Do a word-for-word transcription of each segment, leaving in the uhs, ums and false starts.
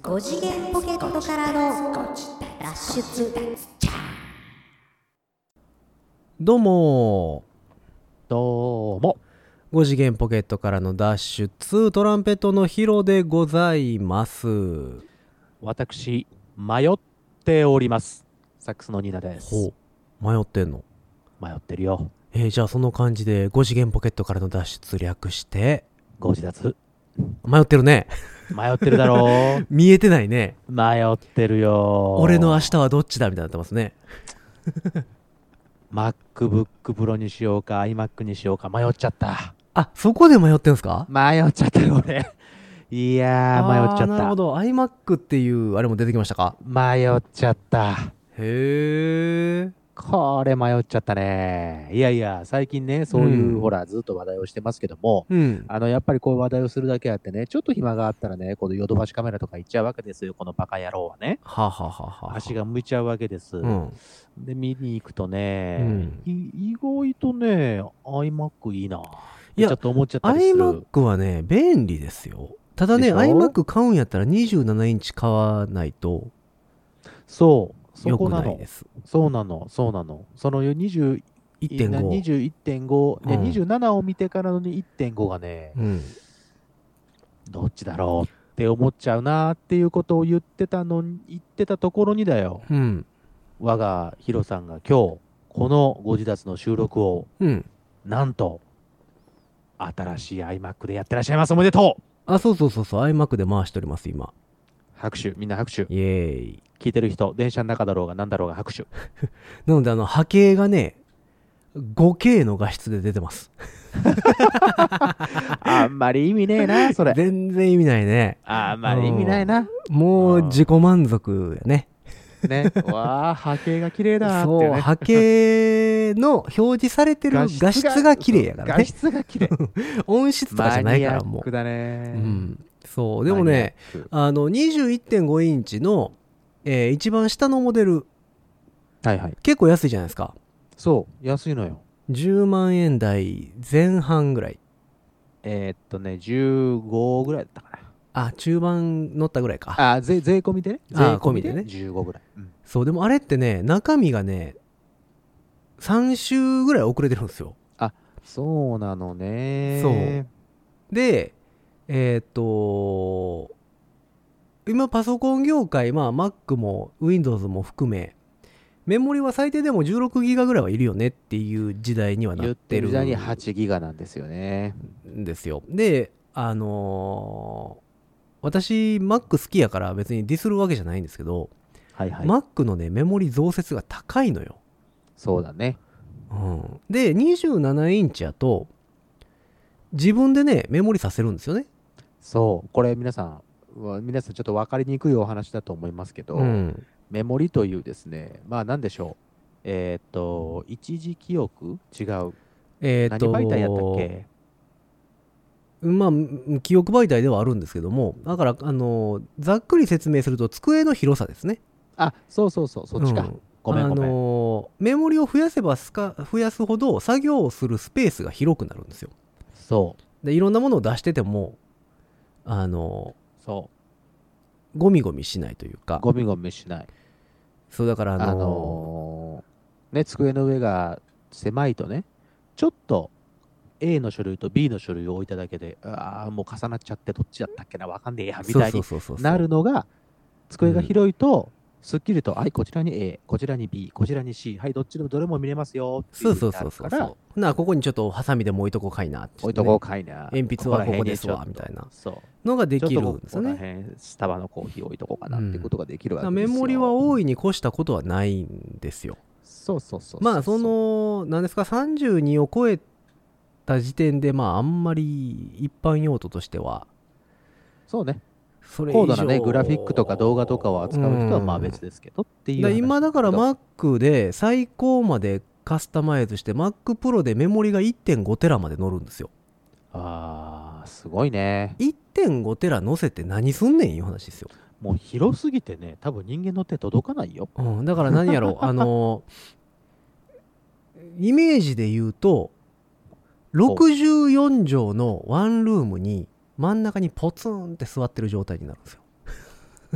ご次元ポケットからの脱出。 どうもどうもご次元ポケットからの脱出、トランペットのヒロでございます。 私迷っております。サックスのニーナです。 ほう、迷ってんの？ 迷ってるよ。 えー、じゃあその感じでご次元ポケットからの脱出略してご自立。 迷ってるね。 迷ってるだろう。 見えてないね。 迷ってるよ。 俺の明日はどっちだみたいになってますね。 MacBook Pro にしようか iMac にしようか迷っちゃった。 あ、そこで迷ってんすか？ 迷っちゃったよ俺。いやー迷っちゃった。 なるほど。 iMac っていうあれも出てきましたか？ 迷っちゃった。 へー、 これ迷っちゃったね。いやいや最近ねそういう、 うん、 ほらずっと話題をしてますけども、 うん、 あのやっぱりこういう話題をするだけあってね、ちょっと暇があったらね、このヨドバシカメラとか行っちゃうわけですよ、このバカ野郎はね。 はあ、はあはあはあ、 足が向いちゃうわけです。 うん、 で見に行くとね、 うん、 い意外とね iMac いいな。 いやちょっと思っちゃったりする。 iMac はね便利ですよ。ただね iMac 買うんやったらにじゅうななインチ買わないとそうそ良くこなの。 ないです。 そうなのそうなの。そのにじゅういってんごにじゅういってんご、ねうんにじゅうななを見てからの いってんご がね、 うん、 どっちだろうって思っちゃうなっていうことを言ってたのに言ってたところにだよ、 うん、 我がヒロさんが今日このご自立の収録を、 うん、 なんと新しい iMac でやってらっしゃいます。おめでとう。 あ、そうそうそうそう、 iMac で回しております今。 拍手、みんな拍手。 イエーイ。 聞いてる人、電車の中だろうが何だろうが拍手。 なのであの波形がね ごケー の画質で出てます。 あんまり意味ねえなそれ。 全然意味ないね。 あんまり意味ないな。 もう自己満足やね。 ね、わあ波形が綺麗だって、ね、 そう、波形の表示されてる画質が綺麗やからね。 画質が綺麗。 音質とかじゃないからもう。 マニアックだね。 うん、そうでもね、あの にじゅういってんご インチの、えー、一番下のモデル、 はいはい、 結構安いじゃないですか。 そう安いのよ。 じゅうまんえん台前半ぐらい。 えー、っとねじゅうごぐらいだったかな。 あ、中盤乗ったぐらいか。 あ、税税込みでね。税込みでね。じゅうごぐらい、うん。そうでもあれってね中身がねさん週ぐらい遅れてるんですよ。 あ、そうなのね。 そうでえー、っと今パソコン業界、まあ Mac も Windows も含めメモリは最低でもじゅうろくギガぐらいはいるよねっていう時代にはなってる。 言ってる時代にはちギガなんですよね。 んですよ。であのー私 Mac 好きやから別にディスるわけじゃないんですけど、 はいはい、 Mac のねメモリ増設が高いのよ。 そうだね、 うん、でにじゅうななインチやと自分でねメモリさせるんですよね。 そうこれ皆さん皆さんちょっと分かりにくいお話だと思いますけど、 うん、 メモリというですね、まあ何でしょう、えっ、ー、と一時記憶違う、 えー、と何媒体やったっけ。 まあ記憶媒体ではあるんですけども、だからあのざっくり説明すると机の広さですね。 あ、そうそうそう、そっちか、うん、ごめんごめん。 あのメモリを増やせばすか増やすほど作業をするスペースが広くなるんですよ。 そうでいろんなものを出しててもあのそうゴミゴミしないというか、 ゴミゴミしない。 そうだからあのーあのー、ね、机の上が狭いとね、ちょっとA の書類と B の書類を置いただけで、ああもう重なっちゃってどっちだったっけなわかんねえやみたいになるのが、机が広いと、すっきりと、はい、こちらに A、こちらに B、こちらに C、はい、どっちでもどれも見れますよっていう風になるから、そうそうそうそう。なここにちょっとハサミでも置いとこうかいなって、ね、 置いとこうかいな。 鉛筆はここですわみたいなのができるんですよね。 スタバのコーヒー置いとこうかなっていうことができるわけですよ。 メモリは大いに越したことはないんですよ。 そうそうそうそう。 まあその何ですか、さんじゅうにを超えた時点でまああんまり一般用途としてはそうね、それ高度なねグラフィックとか動画とかを扱う人はまあ別ですけどっていう。 だ今だから Mac で最高までカスタマイズして Mac Pro でメモリが いってんごテラまで乗るんですよ。 あーすごいね。 いってんごテラ乗せて何すんねんいう話ですよ。 もう広すぎてね多分人間の手届かないよ、 うん、だから何やろうあのイメージで言うとろくじゅうよん畳のワンルームに真ん中にポツンって座ってる状態になるんですよ。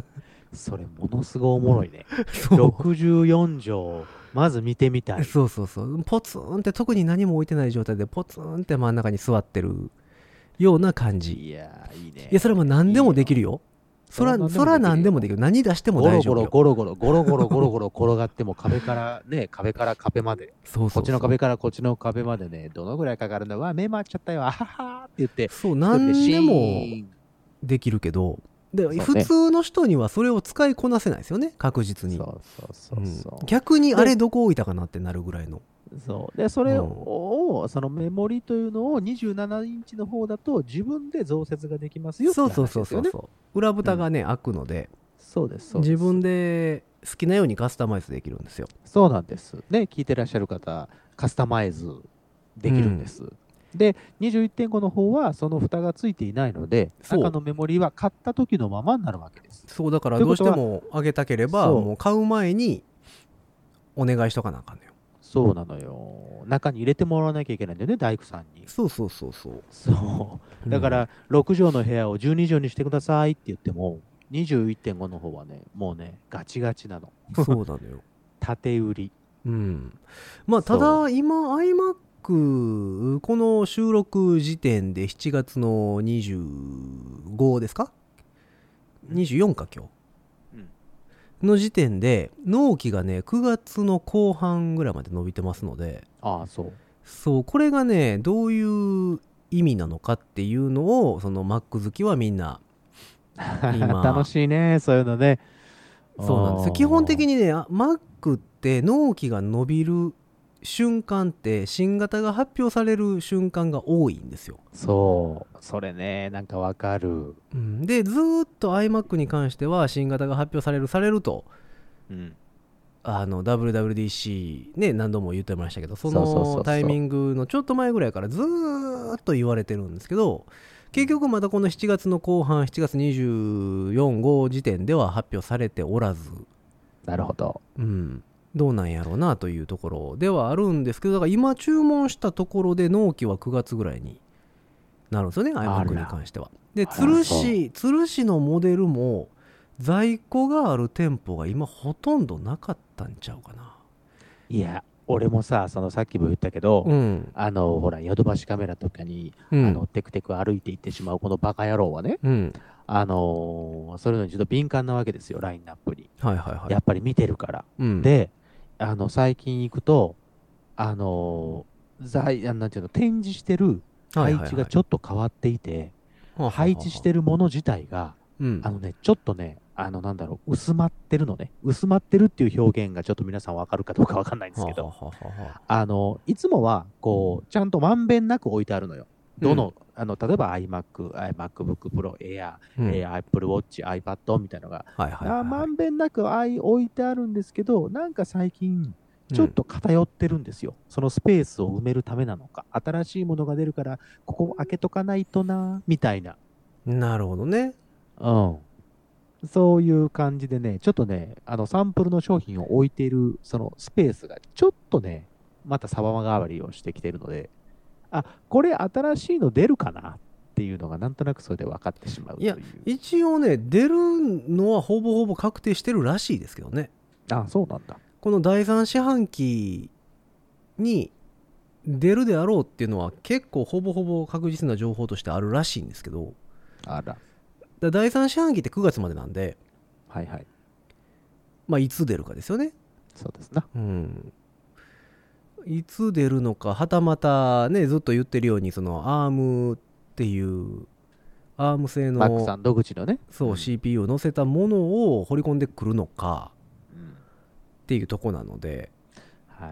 それものすごいおもろいね。 そうろくじゅうよん畳、まず見てみたい。 そうそうそう。ポツンって特に何も置いてない状態でポツンって真ん中に座ってるような感じ。 いやー、いいね。 いや、それはもう何でもできるよ。そら、そら何でもできる。何出しても大丈夫よ。 ゴロゴロゴロゴロゴロゴロゴロ転がっても壁からね、壁から壁まで。 そうそうそう。 こっちの壁からこっちの壁までね、どのぐらいかかるのは目回っちゃったよ、あははって言って。 そう、何でもできるけど、で、ね、普通の人にはそれを使いこなせないですよね、確実に。 そうそうそうそう、 うん、逆にあれどこ置いたかなってなるぐらいの。 そうでそれを、うん、そのメモリというのをにじゅうななインチの方だと自分で増設ができますよって話ですよね。そうそうそうそう。裏蓋がね、うん、開くので、 そうですそうです。自分で好きなようにカスタマイズできるんですよ。 そうなんです。ね、聞いてらっしゃる方、カスタマイズできるんです。うん、で、にじゅういってんごの方はその蓋がついていないので、中のメモリは買った時のままになるわけです。 そうだからどうしても上げたければ、もう買う前にお願いしとかなあかんのよ。 そうなのよ。中に入れてもらわなきゃいけないんだよね、大工さんに。 そうそうそうそう。 そう。だから、ろく畳の部屋をじゅうに畳にしてくださいって言っても、にじゅういってんごの方はね、もうね、ガチガチなの。 そうなのよ。 縦売り。 うん。まあ、ただ、今、iMac、この収録時点でしちがつのにじゅうごですか ?にじゅうよん か、今日。の時点で納期がねくがつの後半ぐらいまで伸びてますので、 ああそうそうこれがねどういう意味なのかっていうのをその Mac 好きはみんな今楽しいねそういうのね。 そうなんです基本的にね Mac って納期が伸びる瞬間って新型が発表される瞬間が多いんですよ。 そうそれねなんかわかる、 うん、でずーっと iMac に関しては新型が発表されるされると、うん、あの ダブリューダブリューディーシー ね何度も言ってましたけどそのタイミングのちょっと前ぐらいからずーっと言われてるんですけど結局まだこのしちがつの後半しちがつにじゅうよん、ご時点では発表されておらず。 なるほど、 うんどうなんやろうなというところではあるんですけどだから今注文したところで納期はくがつぐらいになるんですよね iMac に関しては。で鶴市鶴市のモデルも在庫がある店舗が今ほとんどなかったんちゃうかな。 いや俺もさそのさっきも言ったけど、うん、あのほらヨドバシカメラとかに、うん、あのテクテク歩いていってしまうこのバカ野郎はね、うん、あのー、それのちょっと敏感なわけですよラインナップに、はいはいはい、やっぱり見てるから、うん、であの最近行くとあのー、在なんていうの展示してる配置がちょっと変わっていて、はいはいはい、配置してるもの自体が、うん、あのねちょっとねあのなんだろう薄まってるのね薄まってるっていう表現がちょっと皆さん分かるかどうか分かんないんですけどあのいつもはこうちゃんとまんべんなく置いてあるのよどの、うん、あの例えば iMac、MacBook Pro、Air、うん、Apple Watch、iPad みたいなのが、はいはいはいはい、まんべんなく置いてあるんですけどなんか最近ちょっと偏ってるんですよ、うん、そのスペースを埋めるためなのか新しいものが出るからここ開けとかないとなみたいな。 なるほどね。 うんそういう感じでね、ちょっとね、あのサンプルの商品を置いているそのスペースがちょっとね、また様変わりをしてきているので、あ、これ新しいの出るかなっていうのがなんとなくそれで分かってしまうという。いや、 一応ね、出るのはほぼほぼ確定してるらしいですけどね。 あ、そうなんだ。 このだいさん四半期に出るであろうっていうのは結構ほぼほぼ確実な情報としてあるらしいんですけど。 あら。 だだいさん四半期ってくがつまでなんで、 はいはい。 まあいつ出るかですよね。 そうですな。 うん。いつ出るのか、はたまたね、ずっと言ってるように、その アーム っていう、アーム 製の、 Mac さん独自のね、 そう、うん、シーピーユー を載せたものを掘り込んでくるのか、うん、っていうとこなので、はい。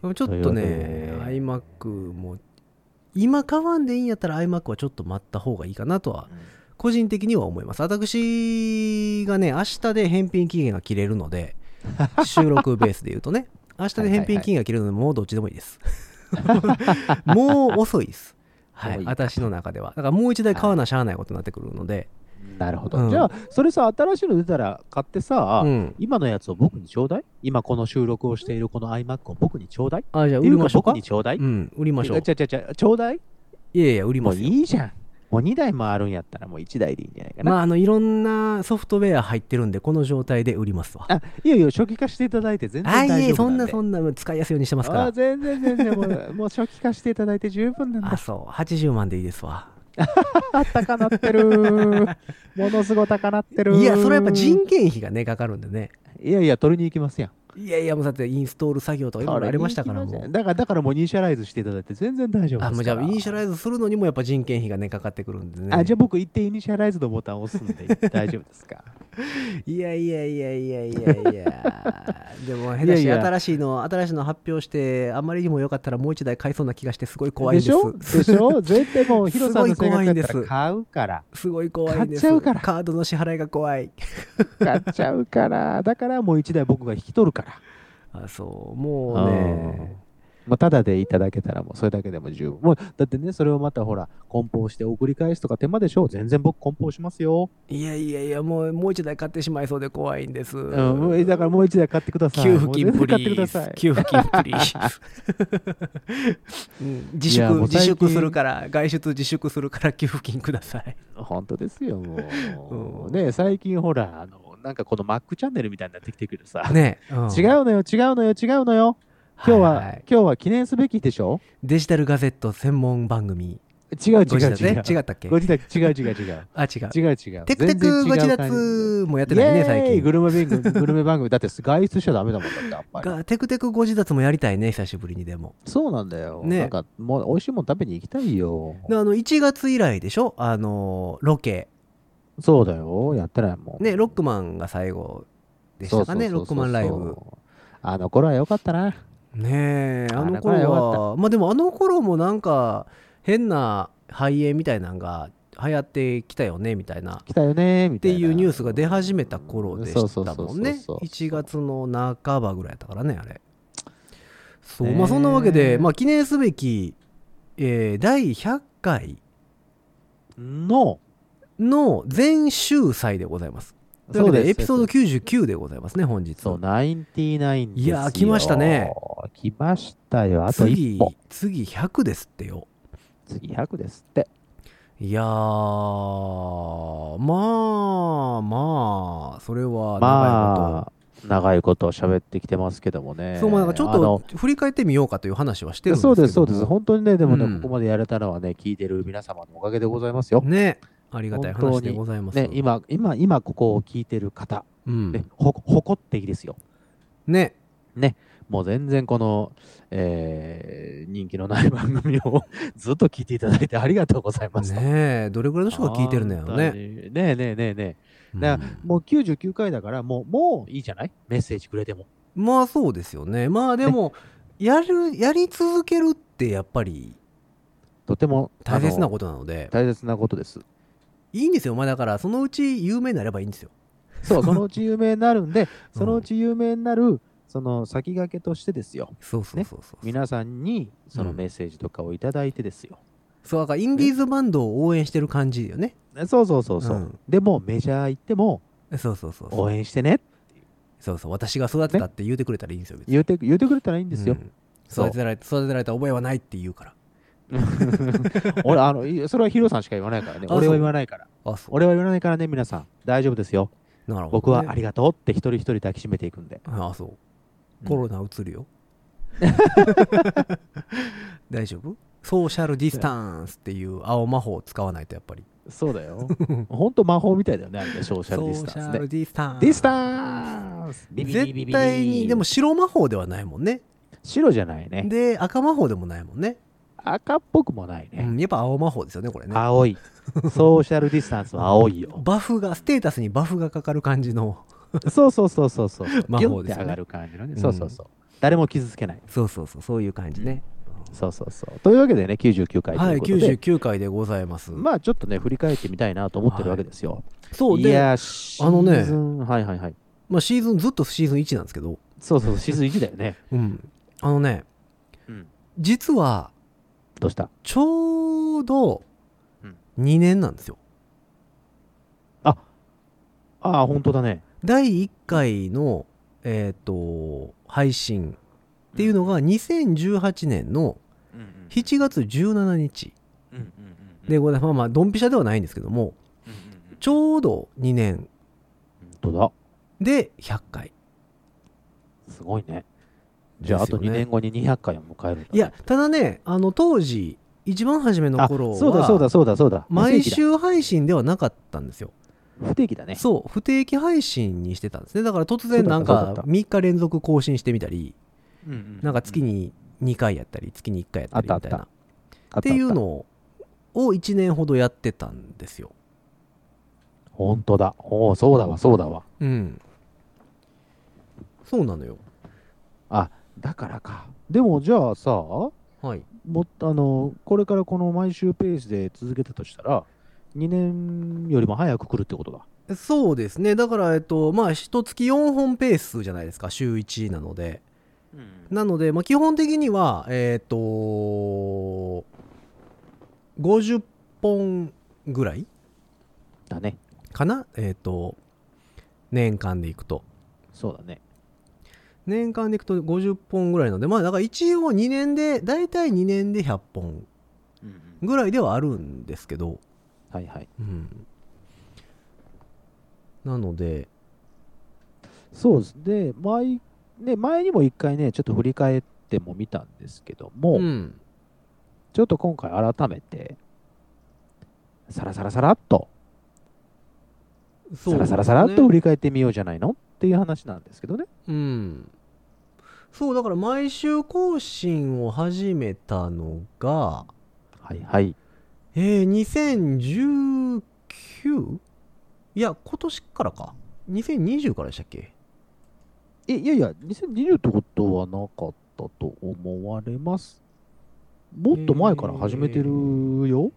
ちょっとね、iMac も、今買わんでいいんやったら iMac はちょっと待った方がいいかなとは、うん個人的には思います。私がね、明日で返品期限が切れるので、収録ベースで言うとね、明日で返品期限が切れるので、もうどっちでもいいです。もう遅いです。はい、私の中では。だからもう一台買わなしゃあないことになってくるので。 なるほど。うん、じゃあ、それさ、新しいの出たら買ってさ、うん、今のやつを僕にちょうだい今この収録をしているこの iMac を僕にちょうだいあ、じゃあ売りましょうか。 僕にちょうだいうん、売りましょう。 ちゃちゃちゃ、ちょうだいいやいや、売りますよ。 もういいじゃん。 もうにだいもあるんやったらもういちだいでいいんじゃないかな。 まあ、あの、いろんなソフトウェア入ってるんで、この状態で売りますわ。 あ、いやいや、初期化していただいて全然大丈夫なんで。 あ、いえ、そんなそんな使いやすいようにしてますから。 あ、全然全然もう、もう初期化していただいて十分なんだ。 あ、そう、はちじゅうまんでいいですわ。 高なってる。ものすごい高なってる。 いや、それはやっぱ人件費がね、かかるんでね。 いやいや、取りに行きますやん。 いやいや、もうだってインストール作業とかいろいろありましたからもう。 だから、だからもうイニシャライズしていただいて全然大丈夫ですから。 あ、もうじゃあイニシャライズするのにもやっぱ人件費がね、かかってくるんでね。 あ、じゃあ僕行ってイニシャライズのボタンを押すんで大丈夫ですか。 いやいやいやいやいやいや。でも、下手し新しいの、新しいの発表して、あまりにもよかったらもう一台買いそうな気がしてすごい怖いんです。 でしょでしょ絶対もうヒロさんの性格だったら買うから。 すごい怖いんです。 買っちゃうから。 カードの支払いが怖い。 買っちゃうから。だからもう一台僕が引き取るから。 あ、そう、もうね。 まあ、ただでいただけたらもうそれだけでも十分。もうだってね、それをまたほら、梱包して送り返すとか手間でしょ。全然僕梱包しますよ。 いやいやいや、もうもう一台買ってしまいそうで怖いんです。 うん、だからもう一台買ってください。 給付金プリ買ってくださーズ。 い。 給付金プリーズ。うん、自粛、自粛するから、外出自粛するから給付金ください。 本当ですよ、もう。 うん、 ね、最近ほら、あの、なんかこの Mac チャンネルみたいになってきてくるさ。 ね、うん、 違うのよ、違うのよ、違うのよ。今日は、はいはい、今日は記念すべきでしょ。 デジタルガゼット専門番組。 違う違う違う。 違ったっけ。 ご自宅違う違う違う。 あ、違う。 違う違う。 テクテクご自立もやってないね、最近。 グルメ番組、グルメ番組。だって外出しちゃダメだもんだって、やっぱり。 テクテクご自立もやりたいね、久しぶりにでも。 そうなんだよ。ね。なんか、もう美味しいもん食べに行きたいよ。 あの、いちがつ以来でしょ、あの、ロケ。 そうだよ。やってないもん。 ね、ロックマンが最後でしたかね、ロックマンライブ。 あの頃は良かったな。 ねえ、あの頃は、まあでもあの頃もなんか変な肺炎みたいなのが流行ってきたよねみたいな。 来たよねみたいな。 っていうニュースが出始めた頃でしたもんね。いちがつの半ばぐらいだったからね、あれ。そう、まあそんなわけで、まあ記念すべき、えー、だいひゃっかいのの全集祭でございます。というわけでエピソードきゅうじゅうきゅうでございますね、本日。 そう、きゅうじゅうきゅうですよ。 いやー、来ましたね。 来ましたよ。あと一歩。 次、次ひゃくですってよ。 次ひゃくですって。 いやー、まあまあ、それは長いこと。 まあ、長いこと喋ってきてますけどもね。 そう、まあなんかちょっと振り返ってみようかという話はしてるんですけど。 そうです、そうです。本当にね、でもね、うん、ここまでやれたのはね、聞いてる皆様のおかげでございますよ。 ね。ありがたい話でございます。 ね、今、今、今ここを聞いてる方、うん、ね、ほ誇っていいですよ。 ね。 ね。もう全然この、えー、人気のない番組をずっと聞いていただいてありがとうございます。 ねえ、どれぐらいの人が聞いてるんだよね。 ねえねえねえねえ。だからもうきゅうじゅうきゅうかいだからもう、もういいじゃない？メッセージくれても。 まあそうですよね。まあでも、ね、やる、やり続けるってやっぱり、 とても大切なことなので。 大切なことです。 いいんですよ。まあだから、そのうち有名になればいいんですよ。 そう、そのうち有名になるんで、そのうち有名になる、その先駆けとしてですよ。 そうそうそうそう、ね。 皆さんにそのメッセージとかをいただいてですよ。 うん、そう、だからインディーズバンドを応援してる感じよね。 そうそうそうそう。うん、でもメジャー行っても、 そうそうそう応援してねっていう。 そうそう、私が育てたって言うてくれたらいいんですよ。 ね、言うて言うてくれたらいいんですよ。うん、 育てられた育てられた覚えはないって言うから。 俺あのそれはヒロさんしか言わないからね。俺は言わないから。俺は言わないからね、皆さん大丈夫ですよ。 なるほど、ね、 僕はありがとうって一人一人抱きしめていくんで。 ああ、そう。コロナうつるよ。大丈夫？ソーシャルディスタンスっていう青魔法を使わないとやっぱり。 そうだよ。ほんと魔法みたいだよね、あれね、ソーシャルディスタンス、ね。 ソーシャルディスタンス。 ディスタンス絶対に、でも白魔法ではないもんね。 白じゃないね。 で、赤魔法でもないもんね。 赤っぽくもないね。 うん、やっぱ青魔法ですよね、これね。 青い。ソーシャルディスタンスは青いよ。 バフが、ステータスにバフがかかる感じの。 そうそうそうそうそう。 魔法ですね。 上がる感じのね。そうそうそう。誰も傷つけない。 そうそうそう、そういう感じね。 そうそうそう。というわけでね、きゅうじゅうきゅうかいということで。 はい、きゅうじゅうきゅうかいでございます。 まあちょっとね、振り返ってみたいなと思ってるわけですよ。 そうで、あのね、 はいはいはい。 まあシーズン、ずっとシーズンいちなんですけど。 そうそう、シーズンいちだよね。 うん。あのね、実は、 どうした？ ちょうどにねんなんですよ。 あ、ああ、本当だね。 だいいっかいの、えっと、配信っていうのがにせんじゅうはちねんのしちがつじゅうしちにちでございます。まあまあドンピシャではないんですけども、 うんうんうん、 ちょうどにねん本当だでひゃっかい。 すごいね。じゃあ、あとにねんごににひゃっかいを迎えるんだ、ね。 いや、ただね、あの当時一番初めの頃はそうだそうだそうだそうだ毎週配信ではなかったんですよ。 不定期だね。 そう不定期配信にしてたんですね。だから突然なんかみっか連続更新してみたり、 うんうんうん、 なんか月ににかいやったり月にいっかいやったりみたいなっていうのをいちねんほどやってたんですよ。 本当だ。おお、そうだわそうだわ。 うん。そうなのよ。 あ、だからか。でもじゃあさ、はい、もあのこれからこの毎週ペースで続けたとしたらにねんよりも早く来るってことだ。 そうですね。だからえっとまあ一月よんほんペースじゃないですか、週いちなので、うん、なので、まあ、基本的にはえっとごじゅっぽんぐらいだねかな。えっと年間でいくとそうだね。 年間でいくとごじゅっぽんぐらいなので、まあだから一応にねんでだいたいにねんでひゃっぽんぐらいではあるんですけど、うんうん、 はいはい、 うん、なのでそうですね。前ね前にも一回ねちょっと振り返っても見たんですけども、うん、ちょっと今回改めてサラサラサラっとサラサラサラっと振り返ってみようじゃないのっていう話なんですけどね。 うん。そうだから毎週更新を始めたのがはいはいえー、にせんじゅうきゅう? いや今年からかにせんにじゅうからでしたっけ。 えいやいやにせんにじゅうってことはなかったと思われます。もっと前から始めてるよ、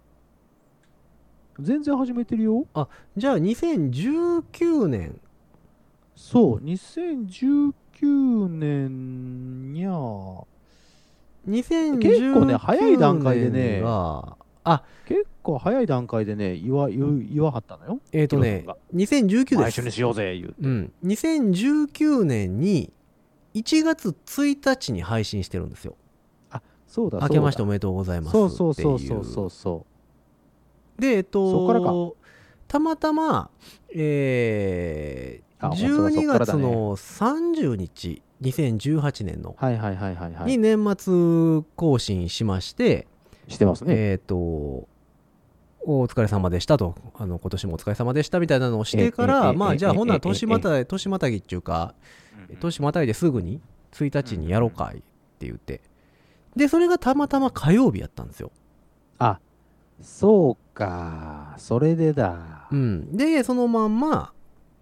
えー、全然始めてるよ。 あじゃあにせんじゅうきゅうねん。 そうにせんじゅうきゅうねんにゃにせんじゅうきゅうねん結構ね早い段階でねあ結構早い段階でね言わ言言わはったのよ。 えっ、ー、とねにせんじゅうきゅうです。 毎週にしようぜ言うて、うん、 にせんじゅうきゅうねんにいちがつついたちに配信してるんですよ。 あそうだそうだ明けましておめでとうございますそうそうそうそうそうそうでえっ、ー、とそこからかたまたまえー、じゅうにがつのさんじゅうにちにせんじゅうはちねんのに年末更新しましてしてますね。 えっ、ー、とお疲れ様でしたとあの今年もお疲れ様でしたみたいなのをしてからまあじゃあほんなら年またぎ年またぎっていうか年またいですぐについたちにやろうかいって言ってでそれがたまたま火曜日やったんですよ。 あそうかそれでだ。 うんでそのまんま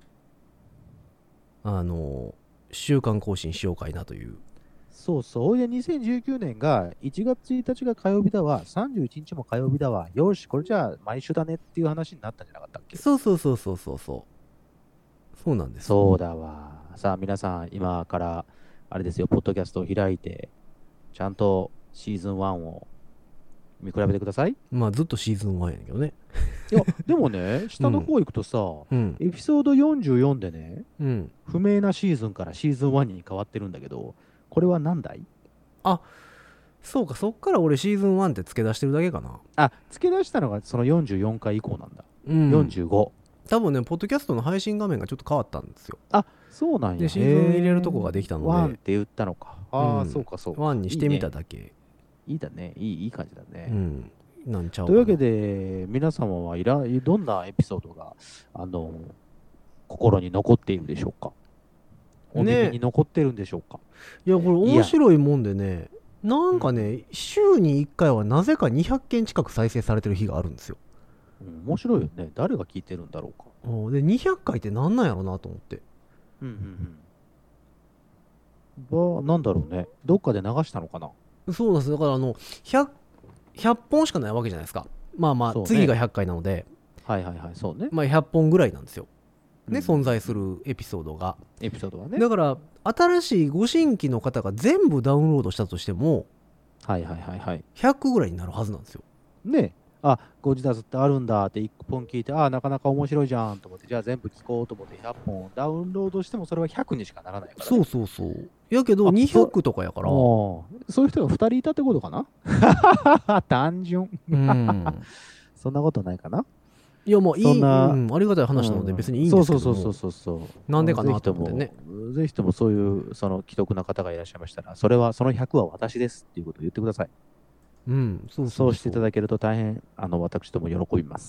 あの週間更新しようかいなという。 そうそう。でにせんじゅうきゅうねんがいちがつついたちが火曜日だわ、さんじゅういちにちも火曜日だわ、よしこれじゃあ毎週だねっていう話になったんじゃなかったっけ。 そうそうそうそうそうそうそうなんです。 そうだわ。さあ皆さん今からあれですよポッドキャストを開いてちゃんとシーズンワンを見比べてください。 まあずっとシーズンワンやねんけどね。 いやでもね下の方行くとさ、うん、エピソードよんじゅうよんでね、うん、不明なシーズンからシーズンワンに変わってるんだけどこれは何だい？ あそうかそっから俺シーズンワンって付け出してるだけかな。 あ付け出したのがそのよんじゅうよんかい以降なんだ、うん、よんじゅうご多分ねポッドキャストの配信画面がちょっと変わったんですよ。 あそうなんや。 でシーズン入れるとこができたのでワンって言ったのか。ああ、うん、そうかそうかワンにしてみただけ。いいね、 いいだねいいいい感じだね、 うんなんちゃうというわけで皆様はいらどんなエピソードがあの心に残っているでしょうか。お耳に残ってるんでしょうか。 いやこれ面白いもんでねなんかね、うん、週にいっかいはなぜかにひゃっけん近く再生されてる日があるんですよ、 うん、面白いよね。誰が聞いてるんだろうか。でにひゃっかいってなんなんやろなと思って。 うんうんうんばなんだろうね。どっかで流したのかな。 そうなんです。だからあの ひゃく, ひゃっぽんしかないわけじゃないですか。まあまあ、ね、次がひゃっかいなのではいはいはいそうね。 まあひゃっぽんぐらいなんですよね、うん、存在するエピソードがエピソードはね。 だから新しいご新規の方が全部ダウンロードしたとしてもはいはいはいはいひゃくぐらいになるはずなんですよね。 あ、ゴジダズってあるんだっていっぽん聞いて、あ、なかなか面白いじゃんと思って、じゃあ全部聞こうと思ってひゃっぽんダウンロードしてもそれはひゃくにしかならないから、ね。 そうそうそう。やけどあにひゃくとかやから。 そうそういう人がふたりいたってことかな単純。 うん。 そんなことないかな。 いや、まあいい、 そんな、 うん、ありがたい話なので別にいいんですけども、 そうそうそうそうそうなんでかなと思ってね。 ぜひともそういうその既得な方がいらっしゃいましたら、それはそのひゃくは私ですっていうことを言ってください。 うん、そうそうそう。 そうしていただけると大変あの私ども喜びます。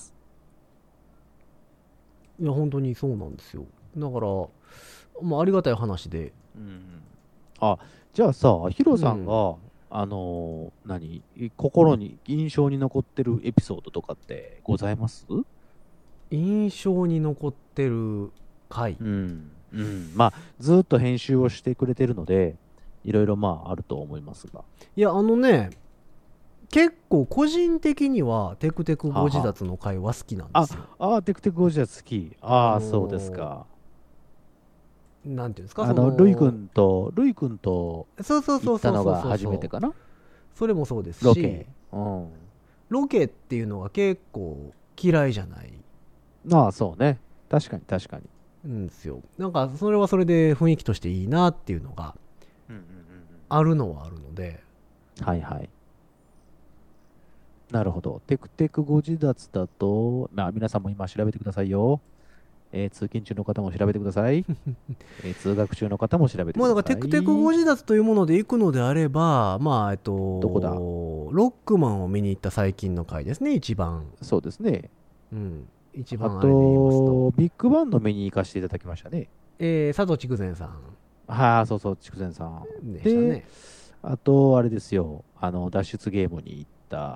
いや本当にそうなんですよ。だからまあありがたい話で。 うん、あ、じゃあさ、ヒロさんが、うん、あのー、何心に印象に残ってるエピソードとかってございます？ 印象に残ってる回、 うんうん、まあずっと編集をしてくれてるのでいろいろまああると思いますが、 いやあのね結構個人的にはテクテクご自立の回は好きなんですよ。 ああ、テクテクご自立好き。ああ、あのー、そうですか。 なんていうんですか、 あのルイ君とルイ君と行ったのが初めてかな。 それもそうですし、 ロケ、うん、 ロケっていうのが結構嫌いじゃない。 ああ、そうね。確かに確かに。 うんですよ。なんかそれはそれで雰囲気としていいなっていうのがあるのはあるので。 はいはい。なるほど。テクテクご自立だと、まあ皆さんも今調べてくださいよ。えー、通勤中の方も調べてください。えー、通学中の方も調べてください。 まあだからテクテクご自立というもので行くのであれば、まあえっと、 どこだ？ ロックマンを見に行った最近の回ですね、一番。 そうですね。 うん。一番あれで言いますと。 あと、ビッグバンド見に行かせていただきましたね。 えー、佐藤筑前さん。 はあ、そうそう、筑前さん。 でしたね。 あと、あれですよ、あの、脱出ゲームに行った。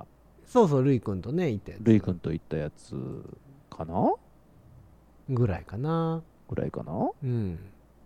そうそう、ルイ君とね、行ったやつ。 ルイ君と行ったやつかなぐらいかな。 ぐらいかな。 うん。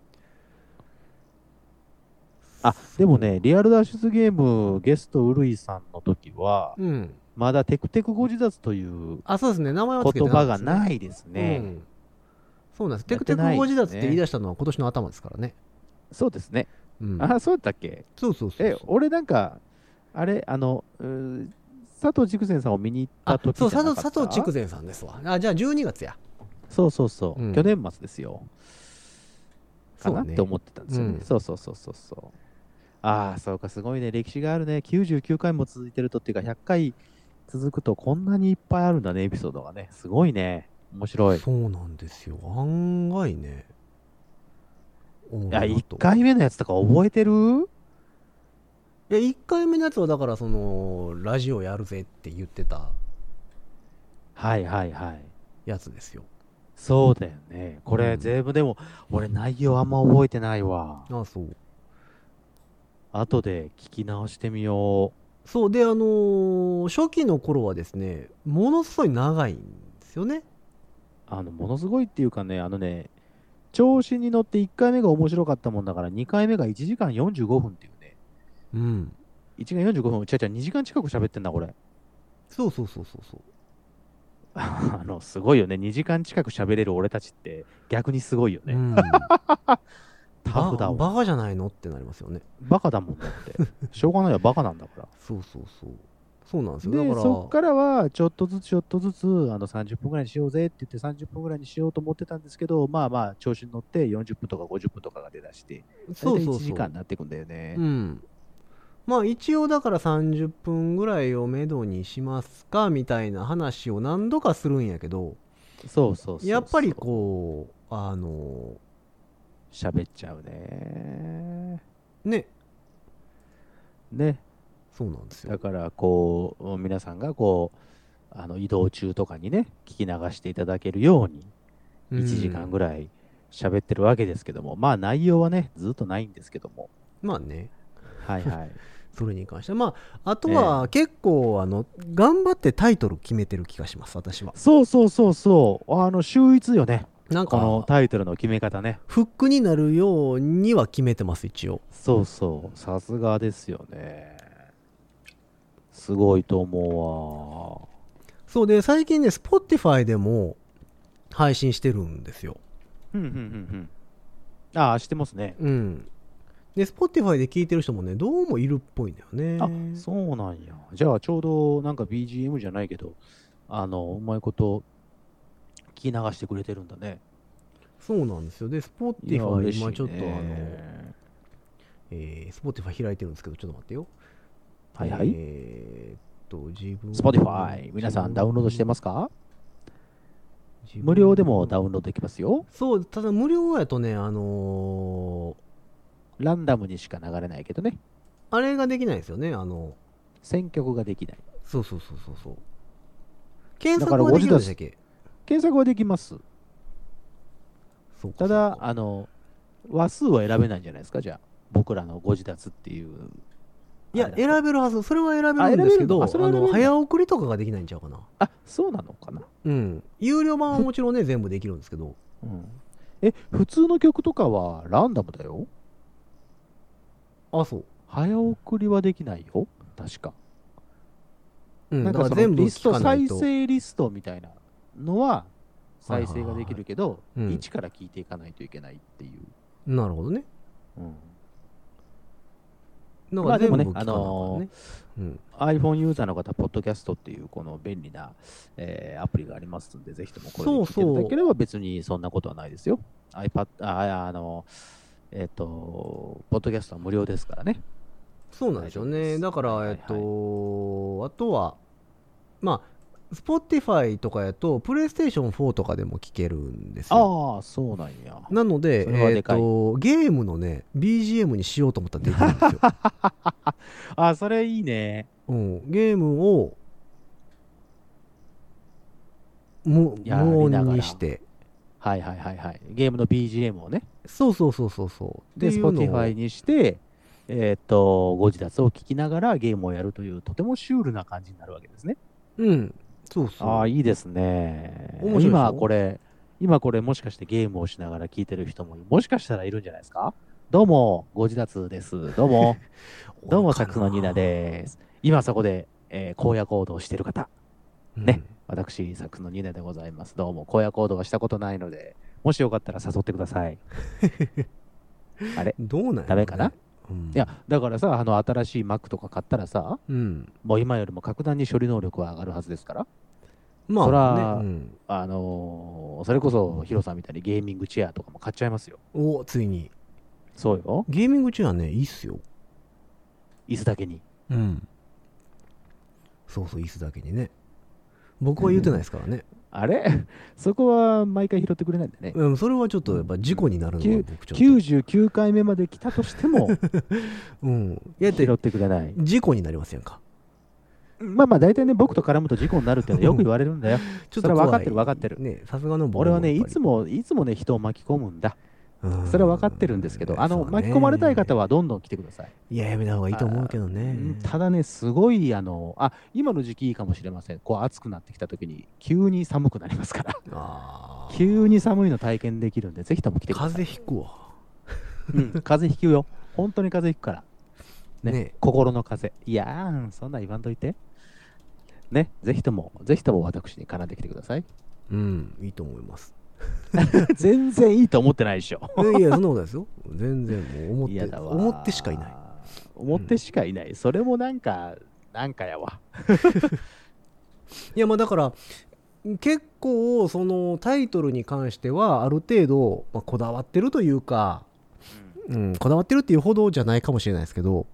あ、でもね、リアル脱出ゲームゲストウルイさんの時は、うん、まだテクテクご自立というあ、そうですね、名前はつけて言葉がないですね。うん、 そうなんです。テクテクご自立って言い出したのは今年の頭ですからね。 そうですね。うん、あ、そうだったっけ？ そうそうそうそう。 え、俺なんか、あれ、あの、佐藤筑前さんを見に行った時じゃなかった？ そう、佐藤筑前さんですわ。あ、じゃあじゅうにがつや。 そうそうそう、うん、去年末ですよ。かな、ね、って思ってたんですよね。うん、そうそうそうそうそう。ああ、そうか、すごいね。歴史があるね。きゅうじゅうきゅうかいも続いてるとっていうか、ひゃっかい続くとこんなにいっぱいあるんだね、エピソードがね。すごいね。面白い。 そうなんですよ。案外ね。 いや、いっかいめのやつとか覚えてる？ いや、いっかいめのやつはだからその、ラジオやるぜって言ってた。 はいはいはい。 やつですよ。 そうだよね。これ、うん、全部でも、俺内容あんま覚えてないわ。 ああ、そう。 後で聞き直してみよう。そうで、あのー、初期の頃はですね、ものすごい長いんですよね。 あのものすごいっていうかね、あのね、調子に乗っていっかいめが面白かったもんだから、にかいめがいちじかんよんじゅうごふんっていうね。 うん。 いちじかんよんじゅうごふん、ちゃちゃにじかん近く喋ってんだ、これ。 そうそうそうそうそう。 あの、すごいよね。にじかん近く喋れる俺たちって逆にすごいよね。うんタフだわ。 バカじゃないのってなりますよね。 バカだもんだって。しょうがないよ、バカなんだから。 そうそうそう。そうなんですよ。 で、 だからそっからは、ちょっとずつちょっとずつ、あの、さんじゅっぷんぐらいにしようぜって言ってさんじゅっぷんぐらいにしようと思ってたんですけど、まあまあ、調子に乗ってよんじゅっぷんとかごじゅっぷんとかが出だして、そうそうそう。いちじかんになっていくんだよね。 うん。まあ一応だからさんじゅっぷんぐらいをめどにしますかみたいな話を何度かするんやけど、 そうそうそう。 やっぱりこう、あの、 喋っちゃうね。 ね。 ね。 そうなんですよ。 だからこう皆さんがこうあの移動中とかにね聞き流していただけるようにいちじかんぐらい喋ってるわけですけども、うん、まあ内容はねずっとないんですけども、 まあね、 はいはいそれに関してはまああとは結構、えー、あの頑張ってタイトル決めてる気がします私は。 そうそうそうそうあの秀逸よね。 なんかこのタイトルの決め方ね、 フックになるようには決めてます一応。 そうそうさすがですよね。すごいと思うわ。 そうで最近ね Spotify でも配信してるんですよ。 うんうんうんうん。ああしてますね。 うん。 で Spotify で聴いてる人もねどうもいるっぽいんだよね。 あ、そうなんや。じゃあちょうどなんか ビージーエム じゃないけど、あの、うまいこと聞き流してくれてるんだね。 そうなんですよ。でいや Spotify 嬉しいね今ちょっとあの、えー、Spotify 開いてるんですけどちょっと待ってよ。 はいはい。 えー、っと自分 Spotify、皆さんダウンロードしてますか？ 自分無料でもダウンロードできますよ。 そう、ただ無料やとね、あのランダムにしか流れないけどね。 ーあれができないですよね。あの、 選曲ができない。 そうそうそうそうそう。検だから索はできるんでしたっけ？ 検索はできます。 そうかただ、 そうかあの、話数は選べないんじゃないですか、じゃあ。僕らのご自立っていう。 いや、 あれだと選べるはず。それは選べるんですけど、 ああの、 選べるのあそれは選べるんだ早送りとかができないんちゃうかな。 あ、そうなのかな。 うん。有料版はもちろんね、全部できるんですけど。 うん。え、普通の曲とかはランダムだよ。 あ、そう。 早送りはできないよ。確か。 うん、 なんかそだから全部のリスト、再聞かないと。 生リストみたいなのははいはいはい再生ができるけど、 うん一から聞いていかないといけないっていう。 なるほどね。 うんだからまあでもね全部聞かなあかんね。うん。 iPhone ユーザーの方、ポッドキャストっていうこの便利な、えーアプリがありますので、ぜひともこれで聞いていただければ別にそんなことはないですよ。iPad、あ、あの、えっ、と、ポッドキャストは無料ですからね。 そうなんですよね。 大丈夫ですだから、 はいはいはいえっと、あとは、まあ、Spotify とかやと、PlayStation フォーとかでも聴けるんですよ。 ああ、そうなんや。 なので、えっそれはでかいと、ゲームのね、ビージーエム にしようと思ったらできるんですよ。 あ、それいいね。 うん、ゲームを無や無りながら音にして、 はいはいはいはい。ゲームの ビージーエム をね。 そうそうそうそうそう。 で、 っていうのを Spotify にして、えーっと、ご自立を聞きながらゲームをやるという、とてもシュールな感じになるわけですね。 うん、そうそう。 ああ、いいですね。 面白いでしょ今これ、今これもしかしてゲームをしながら聞いてる人も、もしかしたらいるんじゃないですか？どうも、ご自立です。どうも、どうも、サックスのニーナです。今そこで、えー荒野行動をしている方、ね、私、サックスのニーナでございます。どうも、荒野行動はしたことないので、もしよかったら誘ってください。あれうん、どうなんやろねダメかな、 うん、 いや、だからさ、あの、新しい Mac とか買ったらさ、 うん、 もう今よりも格段に処理能力は上がるはずですから、 まあ、 そらね、うん、 あのーそれこそヒロさんみたいにゲーミングチェアとかも買っちゃいますよ。 おついにそうよ。 ゲーミングチェアねいいっすよ。 椅子だけに。 うん、そうそう椅子だけにね。僕は言ってないですからね。 あれそこは毎回拾ってくれないんだね。 うん、それはちょっとやっぱ事故になるのは僕ちょっと、 きゅうじゅうきゅうかいめまで来たとしてもうん、いやだって拾ってくれない。 事故になりますやんか。 まあまあ大体ね、僕と絡むと事故になるっていうのはよく言われるんだよ。 ちょっそれは分かと怖いってる分かってる。 ね、さすがの僕俺はね、いもつも、いつもね、人を巻き込むんだ。 うんそれは分かってるんですけど、あの、 そうね巻き込まれたい方はどんどん来てください。 いややめた方がいいと思うけどうねん。ただね、すごい、あの、あ、今の時期いいかもしれません。こう暑くなってきた時に、急に寒くなりますから。 あー急に寒いの体験できるんで、ぜひとも来てくださ風い。 邪ひくわ。 うん、風邪ひくよ。本当に風邪ひくから。ね。 ね心の風邪。いやーん、そんなん言わんといて。ね。ぜひとも、ぜひとも私に絡んできてください。 うんいいと思います。 全然いいと思ってないでしょ。 いやそんなことないですよ。全然もう思って嫌だわ。 思ってしかいない。 思ってしかいない。それもなんか、なんかやわ。 いやまあだから結構そのタイトルに関してはある程度、まあ、こだわってるというか、うん、こだわってるっていうほどじゃないかもしれないですけど、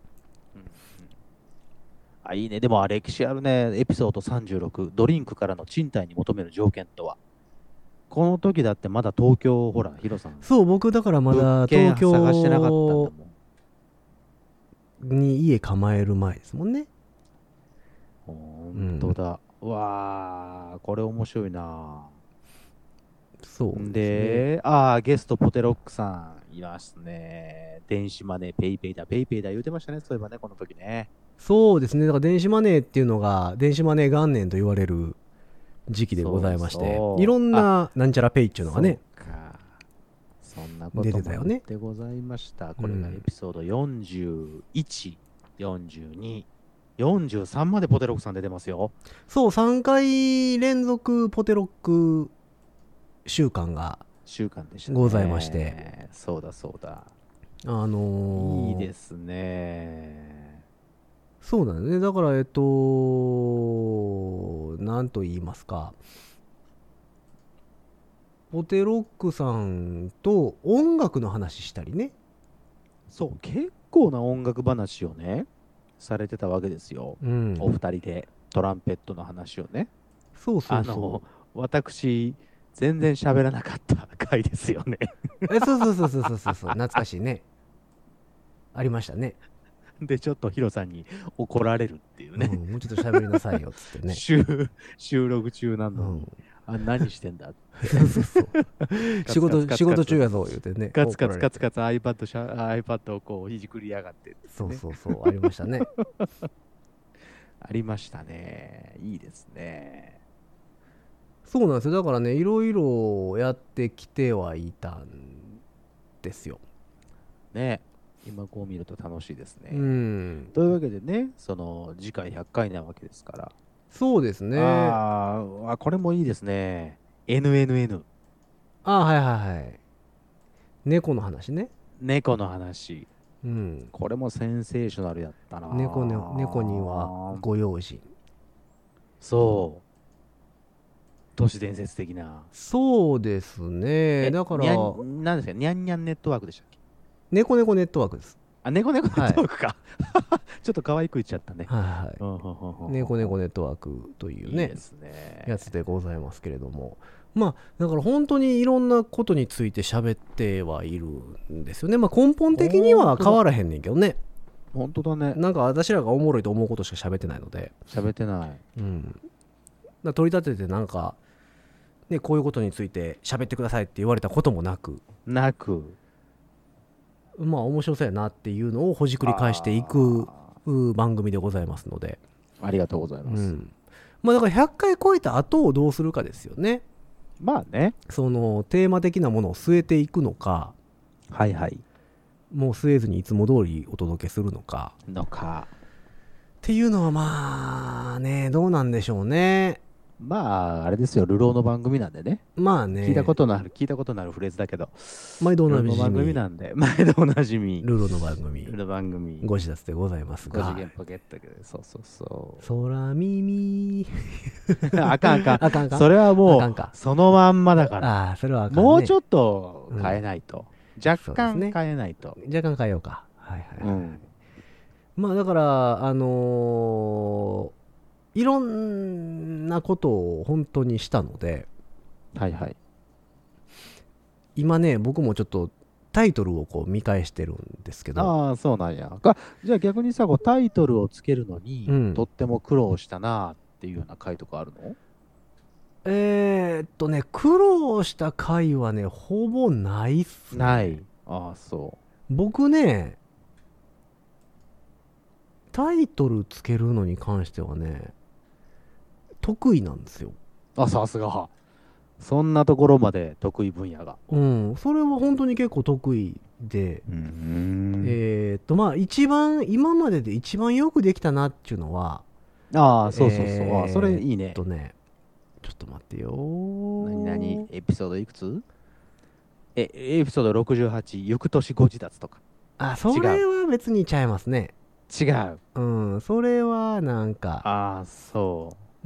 あ、いいね。でも、歴史あるね。エピソードさんじゅうろく、ドリンクからの賃貸に求める条件とは。この時だってまだ東京、ほら、ヒロさん。 そう僕だからまだ物件東探してなかったんだも京ん。 に家構える前ですもんね。 本当だ。うわー、これ面白いな。 そうですね。 で、ああ、ゲストポテロックさんいますね。電子マネー、ペイペイだ、ペイペイだ言うてましたね、そういえばね、この時ね。 そうですね。だから電子マネーっていうのが電子マネー元年と言われる時期でございまして、 そうそういろんななんちゃらペイっていうのがね、 そうか。そんなこと出てたよねもでございました。これがエピソードよんじゅういち、よんじゅうに、よんじゅうさんまでポテロックさん出てますよ。 そうさんかい連続ポテロック週間が週間でしたね。 ございまして。 そうだそうだ。 あのー、 いいですね。 そうなんだね。だからえっとなんと言いますか、ポテロックさんと音楽の話したりね。 そう結構な音楽話をねされてたわけですよ、 うん、 お二人でトランペットの話をね。 そうそうあその私全然喋らなかった回ですよね。 う。え、そうそうそうそうそうそうそう、懐かしいね。ありましたね。 でちょっとヒロさんに怒られるっていうね、 うん、もうちょっと喋りなさいよっつってね。 収収録中なうのに、 ん、 あ何してんだってそうそうそう。仕事カツカツカツカツ仕事中やぞ言うてね。 カツカツカツツ。 カツ iPad, しゃ iPad をこういじくりやがってってね、 そうそうそうありましたね。 ありましたね。いいですね。 そうなんですよ。だからね、いろいろやってきてはいたんですよ。 ね、今こう見ると楽しいですね。 うん。 というわけでね、その次回ひゃっかいなわけですから。 そうですね。 あーあ、これもいいですね。エヌエヌエヌ。 あ、はいはいはい。猫の話ね。 猫の話。 うん。 これもセンセーショナルやったな。 猫ね、猫にはご用心。 そう。都市伝説的な。 そうですね。だから、 にゃんなんですか、にゃんにゃんネットワークでしたっけ？ 猫猫ネットワークです。 あ、猫猫ネットワークか。はい、ちょっと可愛く言っちゃったね。 はいはい。猫猫ネットワークというね、 いいですね、 やつでございますけれども。まあ、だから本当にいろんなことについて喋ってはいるんですよね。まあ根本的には変わらへんねんけどね。 本当だね。 なんか私らがおもろいと思うことしか喋ってないので。 喋ってない。 うん。だ取り立ててなんか、ね、こういうことについて喋ってくださいって言われたこともなく。 なく。 まあ面白そうやなっていうのをほじくり返していく番組でございますので。 ありがとうございます。うん、 まあだからひゃっかい超えた後をどうするかですよね。 まあね。 そのテーマ的なものを据えていくのか。 はいはい。 もう据えずにいつも通りお届けするのか。 のか。 っていうのはまあね、どうなんでしょうね。 まあ、あれですよ、流浪の番組なんでね。 まあね。 聞いたことのある、聞いたことのあるフレーズだけど。 毎度おなじみ。 流浪の番組なんで、毎度おなじみ。 ルロの番組。 ルロの番組。 ご自立でございますが。 ご次元ポケットで、そうそうそう。 空耳。 あかんあかん。 あかんか。 それはもう、そのまんまだから。 ああ、それはあかん、ね。 もうちょっと変えないと。うん、若干変えないと、 ね。若干変えようか。はいはいはい。うん、まあだから、あのー、いろんなことを本当にしたので、 はいはい。 今ね、僕もちょっとタイトルをこう見返してるんですけど。 ああ、そうなんや。じゃあ逆にさ、こうタイトルをつけるのに、うん、とっても苦労したなっていうような回とかあるの？ えー、っとね、苦労した回はね、ほぼないっすね。 ない。ああ、そう。 僕ね、タイトルつけるのに関してはね、得意なんですよ。 あ、さすが。そんなところまで得意分野が。 うん、それは本当に結構得意で、 うん、 えー、っとまあ一番今までで一番よくできたなっていうのは、 ああ、そうそうそう、えー、あそれいいね。 えっとね、ちょっと待ってよ。 何何エピソードいくつ？え、エピソードろくじゅうはち、行く年ご自立とか。 あ、それは別にちゃいますね。 違う。 うん、それはなんか。 ああ、そう。 うん。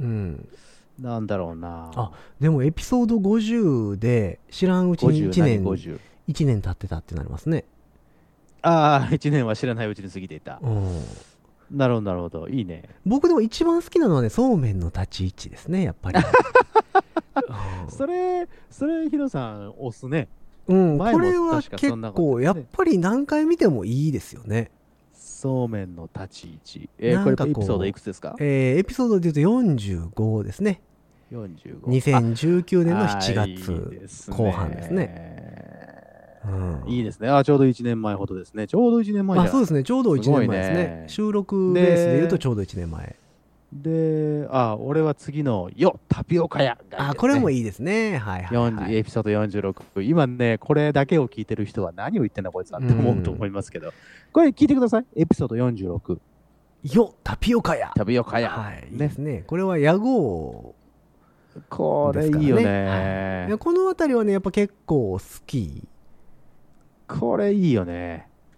なんだろうな。 あ、でもエピソードごじゅうで知らんうちにいちねん、いちねん経ってたってなりますね。 ああ、いちねんは知らないうちに過ぎていた。 うん。 なるほど、なるほど。いいね。 僕でも一番好きなのはね、そうめんの立ち位置ですね、やっぱり。 うん、それ、それ、ヒロさん、押すね。 うん、これは結構、やっぱり何回見てもいいですよね。 そうめんの立ち位置。えー、これエピソードいくつですか？ えー、エピソードで言うとよんじゅうごですね。 よんじゅうご。 にせんじゅうきゅうねんのしちがつこう半ですね。 うん、いいですね。あ、ちょうどいちねんまえほどですね。ちょうどいちねんまえ。 あ、そうですね。ちょうどいちねんまえですね。すね収録ベースで言うとちょうどいちねんまえ。 で、あ、俺は次のよタピオカ屋、ね。 あ、これもいいですね。はいはい、はい。 エピソードよんじゅうろく。今ね、これだけを聞いてる人は何を言ってんだこいつはって思うと思いますけど、これ聞いてください。エピソードよんじゅうろく。 よタピオカ屋。 タピオカ屋。 はい。いいですね。これは屋号。 これいいよね。 はい、この辺りはね、やっぱ結構好き。 これいいよね。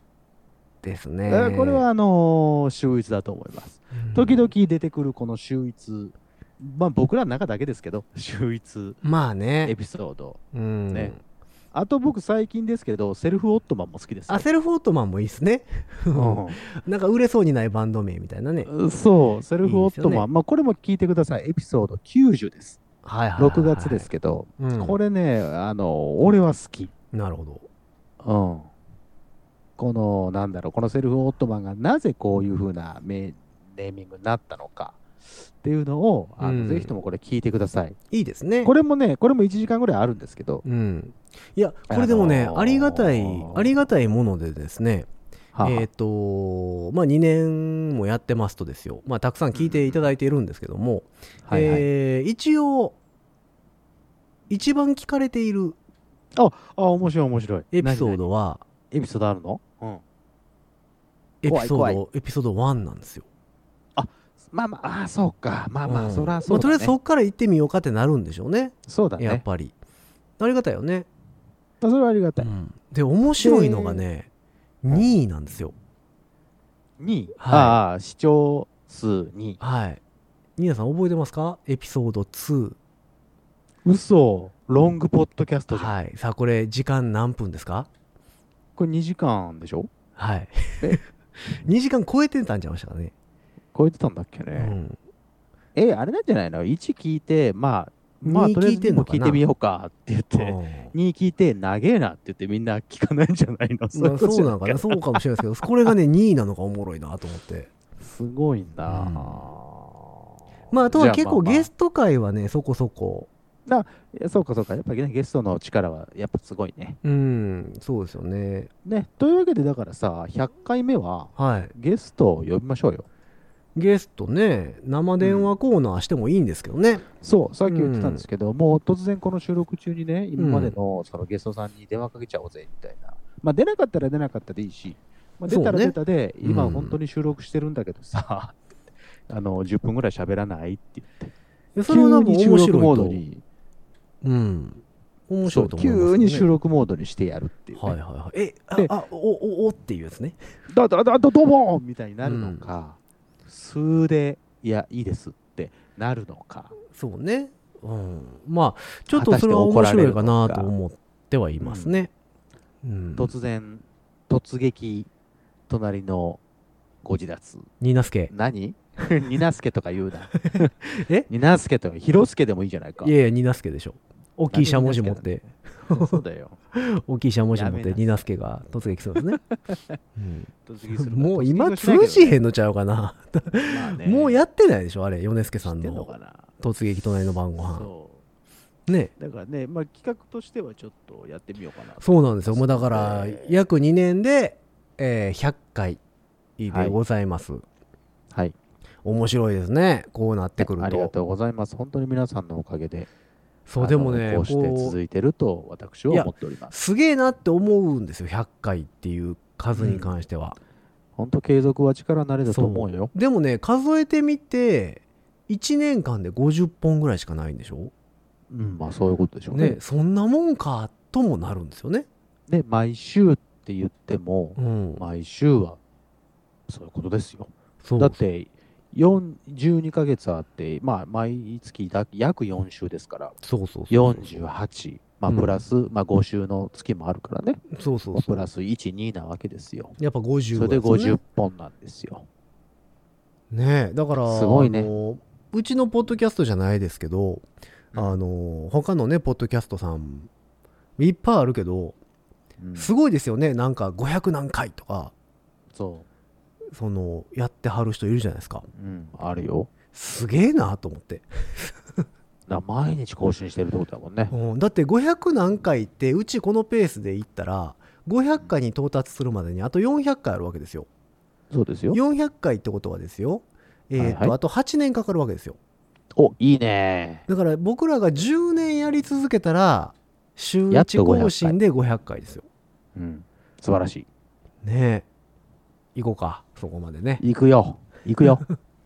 ですね。 だからこれはあのー秀逸だと思います。 うん時々出てくるこの秀逸、まあ僕らの中だけですけど、秀逸エまあね。 ピソード。 うん。 ねあと僕最近ですけど、セルフオットマンも好きですよ。 あ、セルフオートマンもいいっすね。なんか売れそうにないバンド名みたいなね。 うんそう、セルフオットマン。 いいですよねまあこれも聞いてください。エピソードきゅうじゅうです。 はいはいはいはい。 ろくがつですけど、 うんこれね、あの、俺は好き。 なるほど。 うん。この、なんだろう、このセルフオットマンがなぜこういう風なネーミングになったのかっていうのを、あのうんぜひともこれ聞いてください。 いいですね。 これもね、これもいちじかんぐらいあるんですけど、 うん。いや、これでもね、 あのーありがたい、ありがたいものでですね、 はあえっ、と、まあにねんもやってますとですよ、まあたくさん聞いていただいているんですけども、 はいはいえー一応、一番聞かれているあ、面白い面白い。 エピソー何ドは、 何エピソードあるのうん。 エピソー怖いド、エピソードワンなんですよ。 まあまあ、あーそうか。まあまあ、 うんそらそうだ、ね。 まあとりあえずそっから行ってみようかってなるんでしょうね、 そうだね。 やっぱり。ありがたいよね。 それはありがたい。 うんで、面白いのがね、にいなんですよ。 に、 はいああ、視聴数に。 はい。ニーナさん覚えてますか？エピソードツ嘘。ロングポッドキャストー。 じゃん。 はい。さあ、これ、時間何分ですか？ これにじかんでしょはいえ。 にじかん超えてたんちゃいましたかね。 超えてたんだっけね。 うん。 え、あれなんじゃないの ?いち 聞いて、まあ、まあ、 にとりあえずにも聞いてんのかな聞いてみようかって言って、に聞いて、長えなって言ってみんな聞かないんじゃないのうんまあそうなのかな。そうかもしれないですけど、これがね、にいなのがおもろいなと思って。 すごいなぁ、 うんまあ、あとは結構ゲスト、 ト会はね、そこそこ。 いやそうかそうか。やっぱりね、ゲストの力はやっぱすごいね。 うん、そうですよね。 ね、というわけでだからさ、ひゃっかいめははい。 ゲストを呼びましょうよ。 ゲストね、生電話コーナーしてもいいんですけどね。 そう、さっき言ってたんですけど、もう突然この収録中にね、今までのそのゲストさんに電話かけちゃおうぜみたいな。まあ出なかったら出なかったでいいし、まあ、出たらそうね出たで、 うん今本当に収録してるんだけどさ、あのじゅっぷんぐらい喋らないって言って、 でそれは多分急に収面白いと。 録モードに、 うん。面そう白いと思います、ね。 急に収録モードにしてやるっていう、ね。 はいはいはい。え、あで、 あお、お、おっていうやつね。 だだだだどうもみたいになるのか、数で、いや、いいですってなるのか。 そうね。うん。まあ、ちょっとそれは面白いかなと思ってはいますね。うん。 突然、突撃、隣のご自立。 ニーナスケ。 何ニナスケとか言うな。 えニナスケとか、ヒロスケでもいいじゃないか。 いやいや、ニーナスケでしょ。大きいしゃもじ持って、 そうだよ。 大きいしゃもじ持って、 やめなさいニーナスケが突撃するんですね。うん突撃するもう今突撃はしないけどね通じへんのちゃうかな。 まあねもうやってないでしょ、あれ、米助さん知ってんののかな。 突撃隣の晩ご飯。 そね。 う。だからね、まあ企画としてはちょっとやってみようかな。 そうなんですよ。もうだから、約にねんで、えー、ひゃっかいでございます。 はい。 面白いですね。こうなってくると。 ありがとうございます。本当に皆さんのおかげで、 そう、でもね、 こうしてこ続いてると私は思っておりまう、 す。 すげえなって思うんですよ。ひゃっかいっていう数に関しては。 本当継続は力なれだと思うよ。 でもね、数えてみて、いちねんかんでごじゅっぽんぐらいしかないんでしょ？ うん、まあそういうことでしょうね。 ね、そんなもんかともなるんですよね。 で、毎週って言っても、 うん。 毎週はそういうことですよ。 そうだってよんじゅうにかげつあって、まあ、毎月だ約よん週ですから、 そうそうそう。 よんじゅうはち、まあ、 うんプラス、まあ、ご週の月もあるからね、 そうそうそう。 プラスいち、になわけですよ。 やっぱごじゅうそれでですよねごじゅっぽんなんですよ。 ねえ、だから、 すごいねあのうちのポッドキャストじゃないですけど、あの他のね、ポッドキャストさん、いっぱいあるけど、 うんすごいですよね。なんかごひゃく何回とか、 そその、やってはる人いるじゃないですか。 う、うん、あるよ。 すげえなと思って。 だから毎日更新してるってことだもんね。 うん、だってごひゃく何回って、うちこのペースでいったら、ごひゃっかいに到達するまでにあとよんひゃっかいあるわけですよ。 そうですよ。 よんひゃっかいってことはですよ。えーとはいはいあとはちねんかかるわけですよ。 お、いいね。 だから僕らがじゅうねんやり続けたら、週いちやっとごひゃっかい更新でごひゃっかいですよ。 うん、素晴らしい。 ねえ。行こうか、そこまでね。 行くよ。行くよ。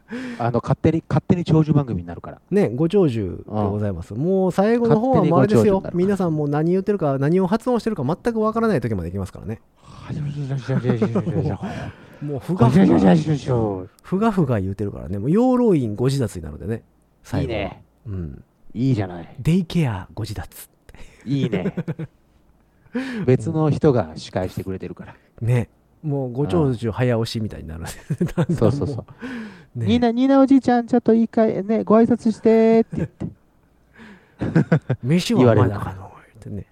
あの勝手に勝手に長寿番組になるから。 ね、ご長寿でございます。もう最後の方はもうあれですよ。皆さんもう何言ってるか何を発音してるか全くわからない時までいきますからね。もうふがふがふがふが言うてるからね。もう養老院ご自立になるんでね。最後は。いいね。うん。いいじゃない。デイケアご自立。いいね。別の人が司会してくれてるから。ね。もうご長寿早押しみたいになる。そうそうそう。ニーナ、ニーナおじいちゃん、ちょっといいかい、ね、ご挨拶してって言って。飯はまだかのってね。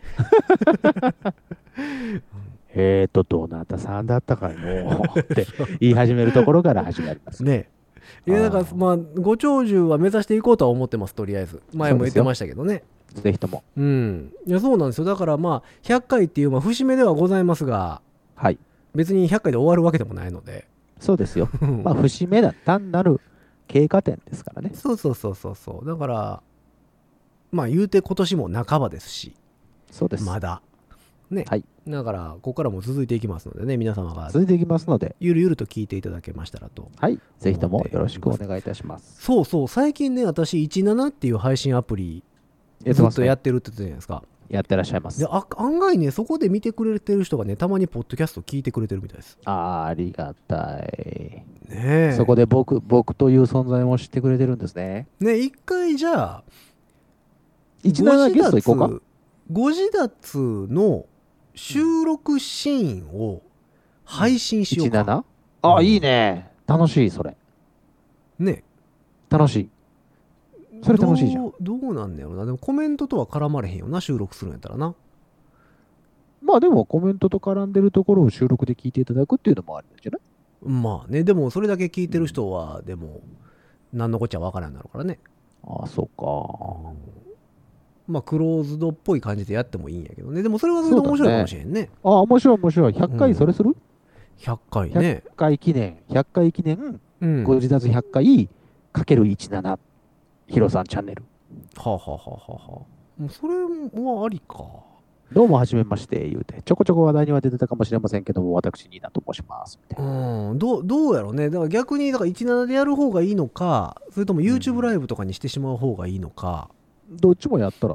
えーと、どなたさんだったかのって言い始めるところから始まります。ね。いや、だから、まあ、ご長寿は目指していこうとは思ってます、とりあえず。前も言ってましたけどね。ぜひとも。うん。いや、そうなんですよ。だから、まあ、ひゃっかいっていう、まあ、節目ではございますが、はい。別にひゃっかいで終わるわけでもないので。そうですよ。まあ、節目だ、単なる経過点ですからね。そうそうそうそうそう。だから、まあ、言うて今年も半ばですし。そうです。まだ。ね。はい。だから、ここからも続いていきますのでね、皆様が。続いていきますので。ゆるゆると聞いていただけましたらと。はい。ぜひともよろしくお願いいたします。そうそう。最近ね、私、じゅうななっていう配信アプリ、ずっとやってるって言ってたじゃないですか。やってらっしゃいます。で、あ、案外ね、そこで見てくれてる人がね、たまにポッドキャスト聞いてくれてるみたいです。あー、ありがたい。ねえ。そこで僕、僕という存在も知ってくれてるんですね。ね、一回じゃあ、じゅうななゲスト行こうか。ご自立の収録シーンを配信しようか。じゅうなな？ あ、うん、いいね。楽しい、それ。ね。楽しい。それ楽しいじゃん。どう、どうなんだよな。でもコメントとは絡まれへんよな、収録するんやったらな。まあでもコメントと絡んでるところを収録で聞いていただくっていうのもあるんじゃない？まあね、でもそれだけ聞いてる人は、うん、でも、何のこっちゃわからんなるからね。ああ、そうか。うん、まあクローズドっぽい感じでやってもいいんやけどね。でもそれはそれで面白いかもしれんね。ああ、面白い面白い。ひゃっかいそれする？うん、ひゃっかいね。ひゃっかい記念。ひゃっかい記念、うん、ご自立ひゃっかいかけるじゅうなな。ヒロさんチャンネル。はあ、はあはあはあはあ、もうそれはありか。どうもはじめまして言うて、ちょこちょこ話題には出てたかもしれませんけども、私ニーナと申しますみたいな。うん、どう、どうやろうね。だから逆にだからじゅうななでやる方がいいのか、それとも YouTube ライブとかにしてしまう方がいいのか。うん、どっちもやったら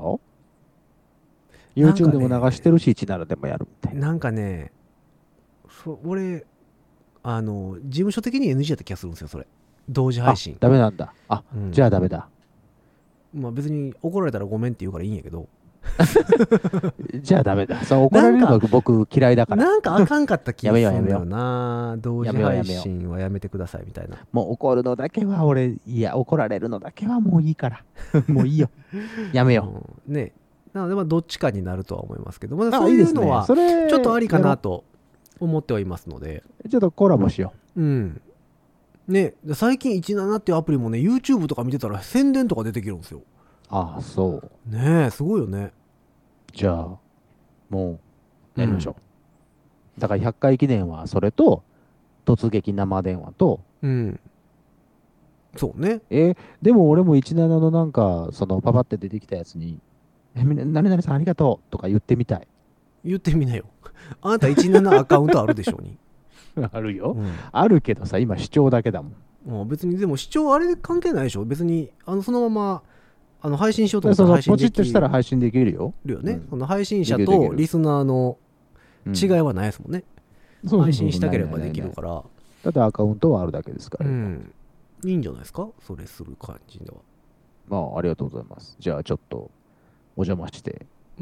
YouTube でも流してるし、じゅうななでもやるみたいな。なんかね、そ俺、あの、事務所的に エヌジー やった気がするんですよ、それ。同時配信。あ、ダメなんだ。あ、うん、じゃあダメだ。まあ別に怒られたらごめんって言うからいいんやけど。じゃあダメだ。そう、怒られるの僕嫌いだから。なんかあかんかった気がするんだよな。同時配信はやめてくださいみたいな。もう怒るのだけは俺、いや、怒られるのだけはもういいから。もういいよ。やめよう。うん、ね。なのでまあどっちかになるとは思いますけど、まあ、そういうのはちょっとありかなと思ってはいますので。ちょっとコラボしよう。うん。ね、最近じゅうななっていうアプリもね、YouTube とか見てたら宣伝とか出てきるんですよ。ああ、そう。ねえ、すごいよね。じゃあ、もう、やりましょう。うん、だからひゃっかい記念はそれと、突撃生電話と、うん。そうね。えー、でも俺もじゅうななのなんか、そのパパって出てきたやつに、え、何々さんありがとうとか言ってみたい。言ってみなよ。あなたじゅうななアカウントあるでしょうに。あるよ、うん、あるけどさ、今視聴だけだもん。もう別にでも視聴あれ関係ないでしょ。別にあのそのままあの配信しようと思ったら配信できる。ポチッとしたら配信できるよ。るよね、うん、その配信者とリスナーの違いはないですもんね。うん、配信したければできるから。ただアカウントはあるだけですから、うん。いいんじゃないですか、それする感じでは。まあありがとうございます。じゃあちょっとお邪魔して。うん、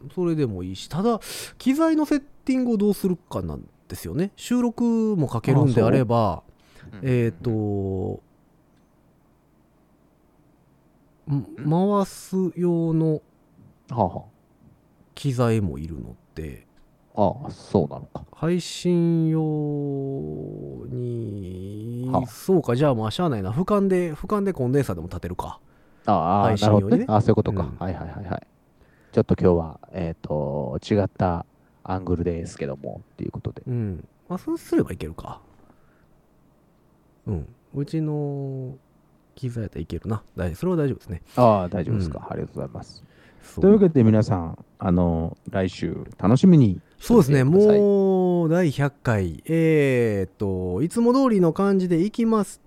それでもいいし、ただ機材のセッティングをどうするかなんですよね。収録もかけるんであれば、えっと、回す用の機材もいるので、ああ、そうなのか。配信用に、そうか、じゃあまあしゃあないな。俯瞰で、俯瞰でコンデンサーでも立てるか。ああ、配信用にね。なるほどね。ああ、そういうことか。うん、はいはいはいはい。ちょっと今日は、えっと、違ったアングルですけども、っていうことで。うん。まあ、そうすればいけるか。うん。うちの機材やったらいけるな。大丈夫。それは大丈夫ですね。ああ、大丈夫ですか。うん、ありがとうございます。というわけで皆さん、あの、来週楽しみに。そうですね。もう、だいひゃっかい。えー、っと、いつも通りの感じでいきますと、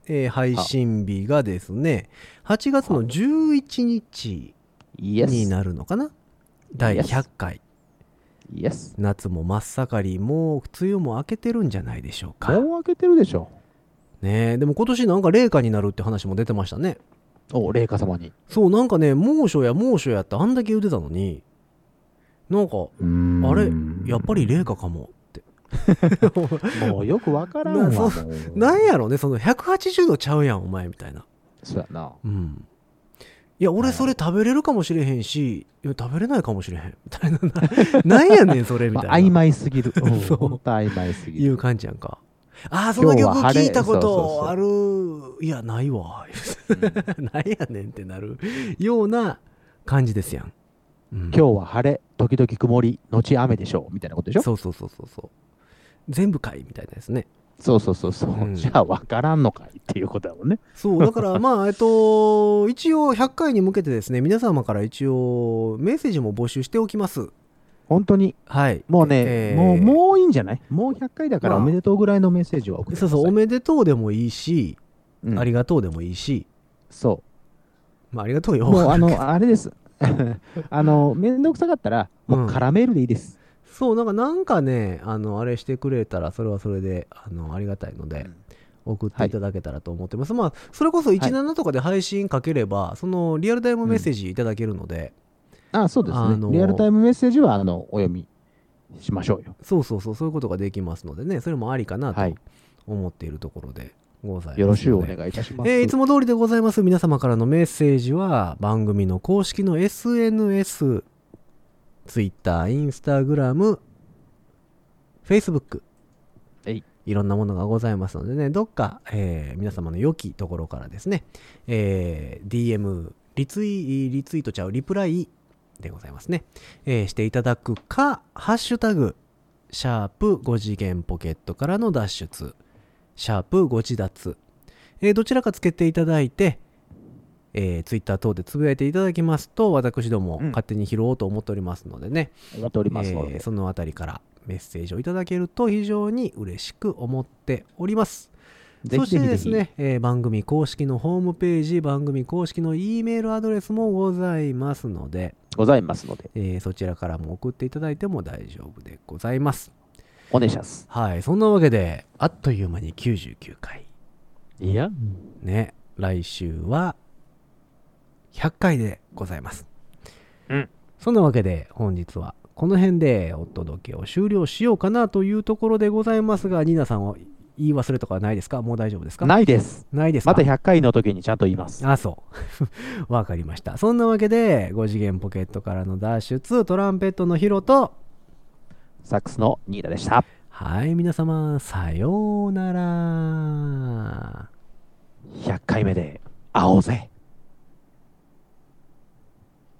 えー配信日がですね、はちがつのじゅういちにちイエス。 になるのかな。だいひゃっかい。 イエス。 夏も真っ盛り、もう梅雨も明けてるんじゃないでしょうか。 もう開けてるでしょ。 ねえ、でも今年なんか冷夏になるって話も出てましたね。 お、霊下様に。 そう、なんかね、猛暑や猛暑やってあんだけ言ってたのに、なんか、あれ、やっぱり冷夏かもって。 もうよくわからんわ。 なもそうなんやろね、そのひゃくはちじゅうどちゃうやん、お前みたいな。 そうやな。 うん。いや、俺それ食べれるかもしれへんし、いや食べれないかもしれへん。みたいな。ななんやねん、それみたいな。 まあ曖昧すぎる。うんそうほんと曖昧すぎる。 いう感じやんか。ああ、その曲今日は晴れ聞いたこそうそうそうとある。いや、ないわ。なんやねんってなるような感じですやん。うん、 今日は晴れ、時々曇り、後雨でしょうみたいなことでしょ。 そうそうそうそうそう。全部かいみたいなですね。 そうそうそうそう、 うんじゃあ分からんのかいっていうことだもんね。 そう、だからまあ、えっと、一応ひゃっかいに向けてですね、皆様から一応メッセージも募集しておきます。 本当に。 はい。 もうね、 えーもう、もういいんじゃない？もうひゃっかいだからまあおめでとうぐらいのメッセージは送ってください。 そうそう、おめでとうでもいいし、 うんありがとうでもいいし、 そまあ、ありがとうよ。 う。もうあの、あれです。あの、めんどくさかったら、もうカラメールでいいです。 そう、なんか、なんかね、あの、あれしてくれたら、それはそれで、あの、ありがたいので、送っていただけたらと思ってます。まあ、それこそじゅうななとかで配信かければ、その、リアルタイムメッセージいただけるので、 あ、そうですね。 あのリアルタイムメッセージは、あの、お読みしましょうよ。 そうそうそう、そういうことができますのでね、それもありかなとはい思っているところでございますので。 よろしゅうお願いいたします。 えーいつも通りでございます。皆様からのメッセージは、番組の公式の エスエヌエス、Twitter、Instagram、Facebook、 えいいろんなものがございますのでね、どっか、えー皆様の良きところからですね、えー ディーエム、リツイ、リツイートちゃう、リプライでございますね、えーしていただくか、ハッシュタグ、シャープご次元ポケットからの脱出、シャープご自脱、えーどちらかつけていただいて、えー、ツイッター等でつぶやいていただきますと、私どもうん勝手に拾おうと思っておりますのでね、 思っておりますので。 えーそのあたりからメッセージをいただけると非常に嬉しく思っております。 ぜそしてひぜひぜひ。 ですね、えー番組公式のホームページ、番組公式の E メールアドレスもございますので、 ございますので、 えーそちらからも送っていただいても大丈夫でございます。 お願いします。 はい、そんなわけで、あっという間にきゅうじゅうきゅうかい。 いや、 ね、来週はひゃっかいでございます。 うん。 そんなわけで、本日はこの辺でお届けを終了しようかなというところでございますが、ニーナさんは言い忘れとかはないですか？もう大丈夫ですか？ ないです。 ないですか？ またひゃっかいの時にちゃんと言います。 あ、そう。わかりました。そんなわけで、ご次元ポケットからの脱出、トランペットのヒロと、 サックスのニーナでした。 はい、皆様、さようなら。 ひゃっかいめで会おうぜ。